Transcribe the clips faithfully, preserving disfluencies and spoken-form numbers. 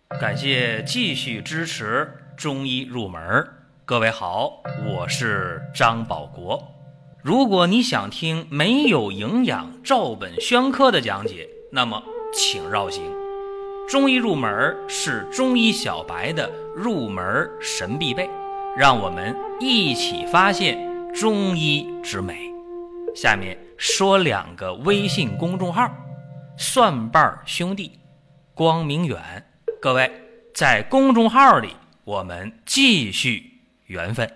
感谢继续支持中医入门。各位好，我是张保国。如果你想听没有营养照本宣科的讲解，那么请绕行。中医入门是中医小白的入门神必备，让我们一起发现中医之美。下面说两个微信公众号：蒜瓣兄弟、光明远。各位在公众号里，我们继续缘分。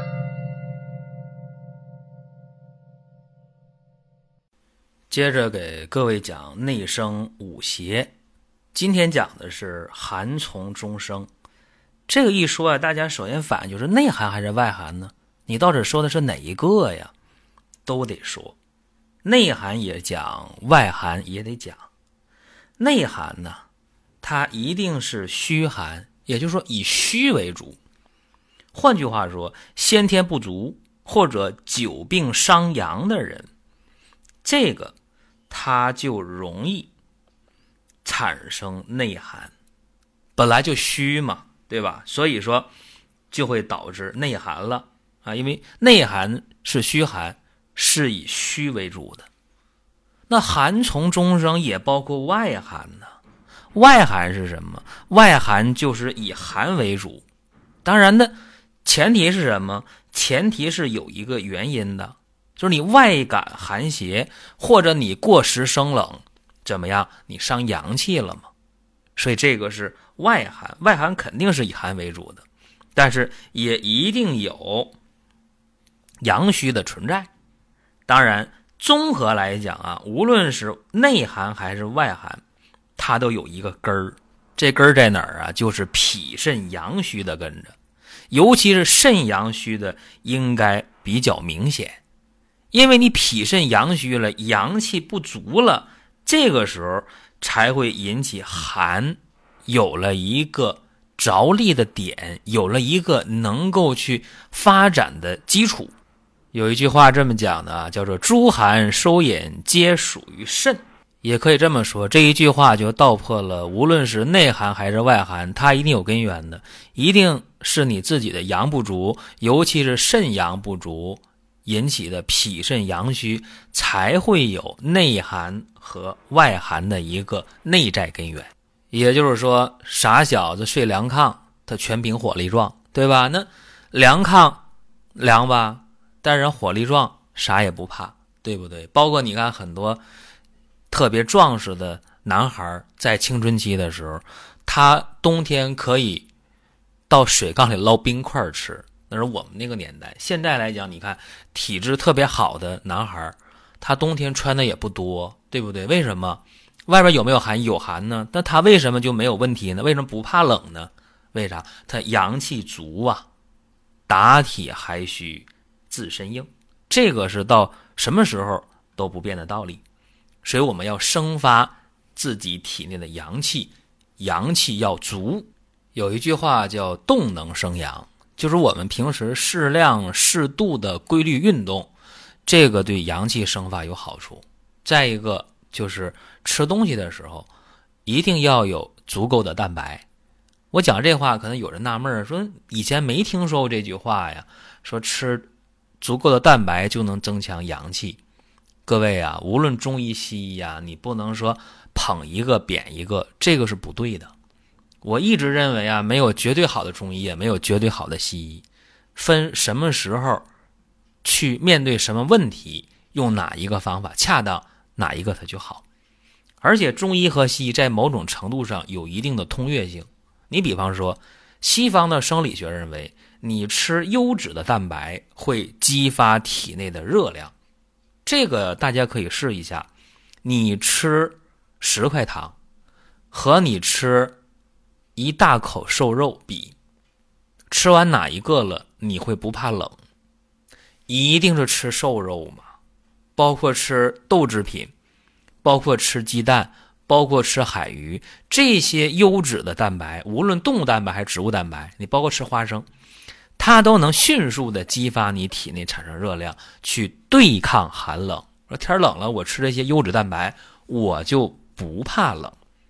接着给各位讲内生五邪，今天讲的是寒从中生。这个一说啊，大家首先反应就是内寒还是外寒呢？你到底说的是哪一个呀？都得说，内寒也讲，外寒也得讲。内寒呢，它一定是虚寒，也就是说以虚为主。换句话说，先天不足或者久病伤阳的人，这个他就容易产生内寒，本来就虚嘛，对吧？所以说就会导致内寒了啊，因为内寒是虚寒，是以虚为主的。那寒从中生也包括外寒呢。外寒是什么？外寒就是以寒为主。当然的前提是什么？前提是有一个原因的，就是你外感寒邪，或者你过食生冷，怎么样？你伤阳气了吗？所以这个是外寒。外寒肯定是以寒为主的，但是也一定有阳虚的存在。当然综合来讲啊，无论是内寒还是外寒，它都有一个根儿。这根儿在哪儿啊？就是脾肾阳虚的跟着，尤其是肾阳虚的应该比较明显。因为你脾肾阳虚了，阳气不足了，这个时候才会引起寒，有了一个着力的点，有了一个能够去发展的基础。有一句话这么讲的啊，叫做诸寒收引皆属于肾。也可以这么说，这一句话就道破了无论是内寒还是外寒，它一定有根源的，一定是你自己的阳不足，尤其是肾阳不足引起的脾肾阳虚，才会有内寒和外寒的一个内在根源。也就是说，傻小子睡凉炕，他全凭火力壮，对吧？那凉炕凉吧，但人火力壮，啥也不怕，对不对？包括你看很多特别壮实的男孩，在青春期的时候，他冬天可以到水缸里捞冰块吃，那是我们那个年代。现在来讲，你看体质特别好的男孩，他冬天穿的也不多，对不对？为什么？外边有没有寒？有寒呢，但他为什么就没有问题呢？为什么不怕冷呢？为啥？他阳气足啊，打体还需自身硬，这个是到什么时候都不变的道理。所以我们要生发自己体内的阳气，阳气要足。有一句话叫动能生阳，就是我们平时适量适度的规律运动，这个对阳气生发有好处。再一个就是吃东西的时候一定要有足够的蛋白。我讲这话可能有人纳闷说，以前没听说过这句话呀，说吃足够的蛋白就能增强阳气。各位啊，无论中医西医啊，你不能说捧一个贬一个，这个是不对的。我一直认为啊，没有绝对好的中医，也没有绝对好的西医，分什么时候去面对什么问题，用哪一个方法恰当，哪一个它就好。而且中医和西医在某种程度上有一定的通跃性。你比方说，西方的生理学认为，你吃优质的蛋白会激发体内的热量。这个大家可以试一下，你吃十块糖和你吃一大口瘦肉比，吃完哪一个了你会不怕冷？一定是吃瘦肉嘛，包括吃豆制品，包括吃鸡蛋，包括吃海鱼，这些优质的蛋白，无论动物蛋白还是植物蛋白，你包括吃花生，它都能迅速的激发你体内产生热量，去对抗寒冷。说天冷了，我吃这些优质蛋白，我就不怕冷。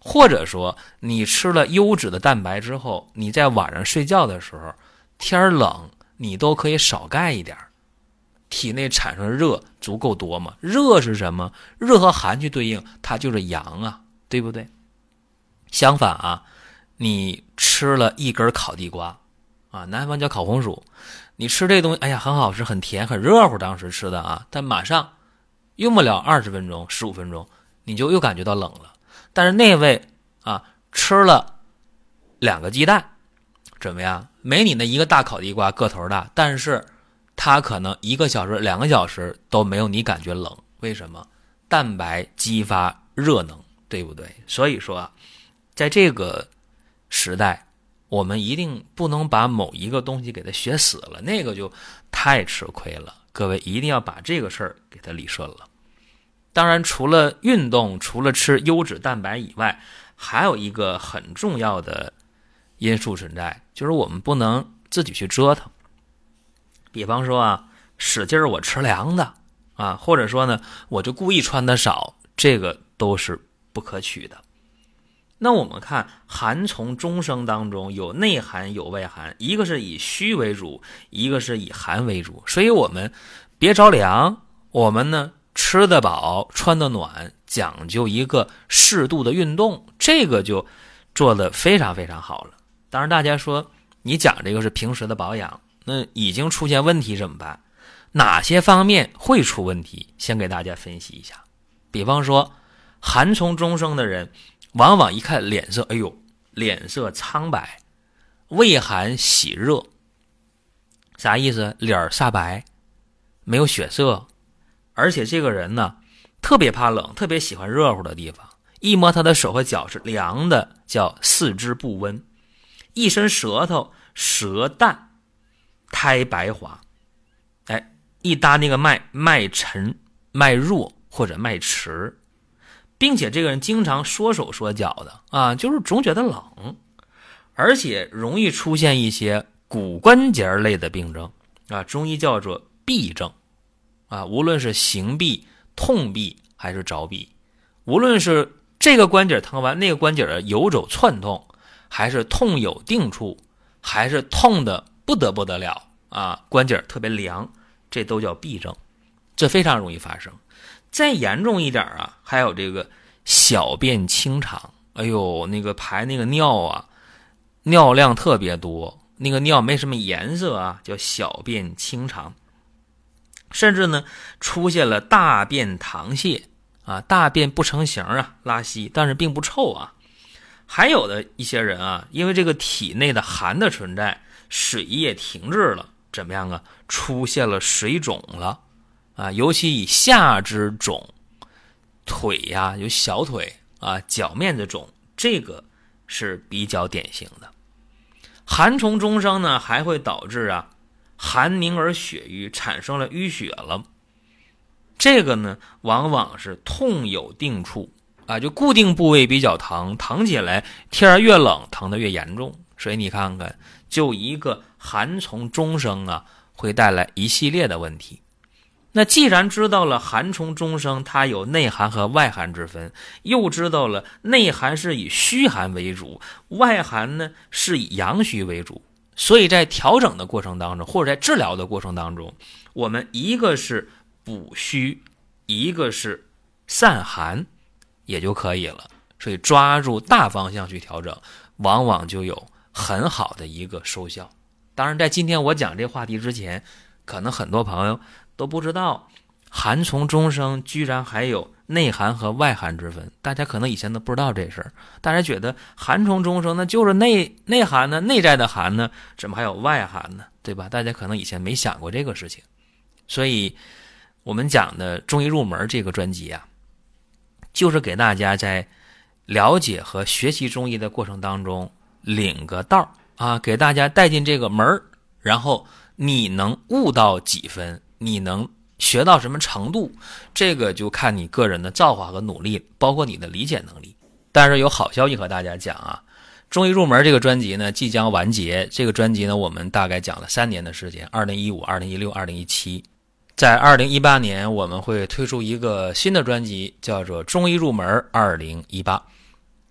或者说你吃了优质的蛋白之后，你在晚上睡觉的时候，天冷你都可以少盖一点，体内产生热足够多嘛。热是什么？热和寒去对应，它就是阳啊，对不对？相反啊，你吃了一根烤地瓜啊，南方叫烤红薯，你吃这东西，哎呀，很好吃，很甜，很热乎，当时吃的啊，但马上用不了二十分钟、十五分钟，你就又感觉到冷了。但是那位啊，吃了两个鸡蛋，怎么样？没你那一个大烤地瓜个头大，但是它可能一个小时、两个小时都没有你感觉冷。为什么？蛋白激发热能，对不对？所以说啊，在这个时代，我们一定不能把某一个东西给它学死了，那个就太吃亏了。各位一定要把这个事儿给它理顺了。当然，除了运动，除了吃优质蛋白以外，还有一个很重要的因素存在，就是我们不能自己去折腾。比方说啊，使劲儿我吃凉的啊，或者说呢，我就故意穿的少，这个都是不可取的。那我们看寒从中生当中有内寒有外寒，一个是以虚为主，一个是以寒为主，所以我们别着凉，我们呢吃得饱穿得暖，讲究一个适度的运动，这个就做得非常非常好了。当然大家说你讲这个是平时的保养，那已经出现问题怎么办？哪些方面会出问题？先给大家分析一下。比方说寒从中生的人往往一看脸色，哎呦，脸色苍白，畏寒喜热。啥意思？脸煞白，没有血色，而且这个人呢特别怕冷，特别喜欢热乎的地方，一摸他的手和脚是凉的，叫四肢不温，一伸舌头舌淡，苔白滑，哎，一搭那个脉，脉沉脉弱或者脉迟，并且这个人经常缩手缩脚的啊，就是总觉得冷，而且容易出现一些骨关节类的病症啊，中医叫做痹症啊，无论是行痹、痛痹还是着痹，无论是这个关节疼完那个关节的游走窜痛，还是痛有定处，还是痛的不得不得了啊，关节特别凉，这都叫痹症，这非常容易发生。再严重一点啊，还有这个小便清长，哎呦，那个排那个尿啊，尿量特别多，那个尿没什么颜色啊，叫小便清长。甚至呢出现了大便溏泻啊，大便不成形啊，拉稀，但是并不臭啊。还有的一些人啊，因为这个体内的寒的存在，水液停滞了，怎么样啊？出现了水肿了啊，尤其以下肢肿，腿呀、啊、有小腿啊，脚面的肿，这个是比较典型的。寒从中生呢，还会导致啊寒凝而血瘀，产生了淤血了。这个呢，往往是痛有定处啊，就固定部位比较疼，疼起来天越冷，疼得越严重。所以你看看，就一个寒从中生啊，会带来一系列的问题。那既然知道了寒从中生它有内寒和外寒之分，又知道了内寒是以虚寒为主，外寒呢是以阳虚为主，所以在调整的过程当中，或者在治疗的过程当中，我们一个是补虚，一个是散寒也就可以了。所以抓住大方向去调整，往往就有很好的一个收效。当然在今天我讲这个话题之前，可能很多朋友都不知道寒从中生居然还有内寒和外寒之分，大家可能以前都不知道这事儿，大家觉得寒从中生那就是内内寒呢，内在的寒呢，怎么还有外寒呢？对吧？大家可能以前没想过这个事情。所以我们讲的中医入门这个专辑啊，就是给大家在了解和学习中医的过程当中领个道啊，给大家带进这个门，然后你能悟到几分，你能学到什么程度，这个就看你个人的造化和努力，包括你的理解能力。但是有好消息和大家讲啊，中医入门这个专辑呢即将完结。这个专辑呢我们大概讲了三年的时间，二零一五、二零一六、二零一七。在二零一八年我们会推出一个新的专辑，叫做中医入门二零一八。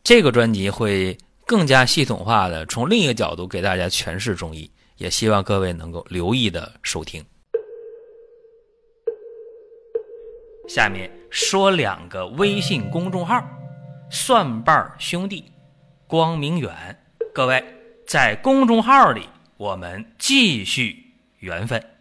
这个专辑会更加系统化的从另一个角度给大家诠释中医，也希望各位能够留意的收听。下面说两个微信公众号，蒜瓣兄弟、光明远，各位在公众号里我们继续缘分。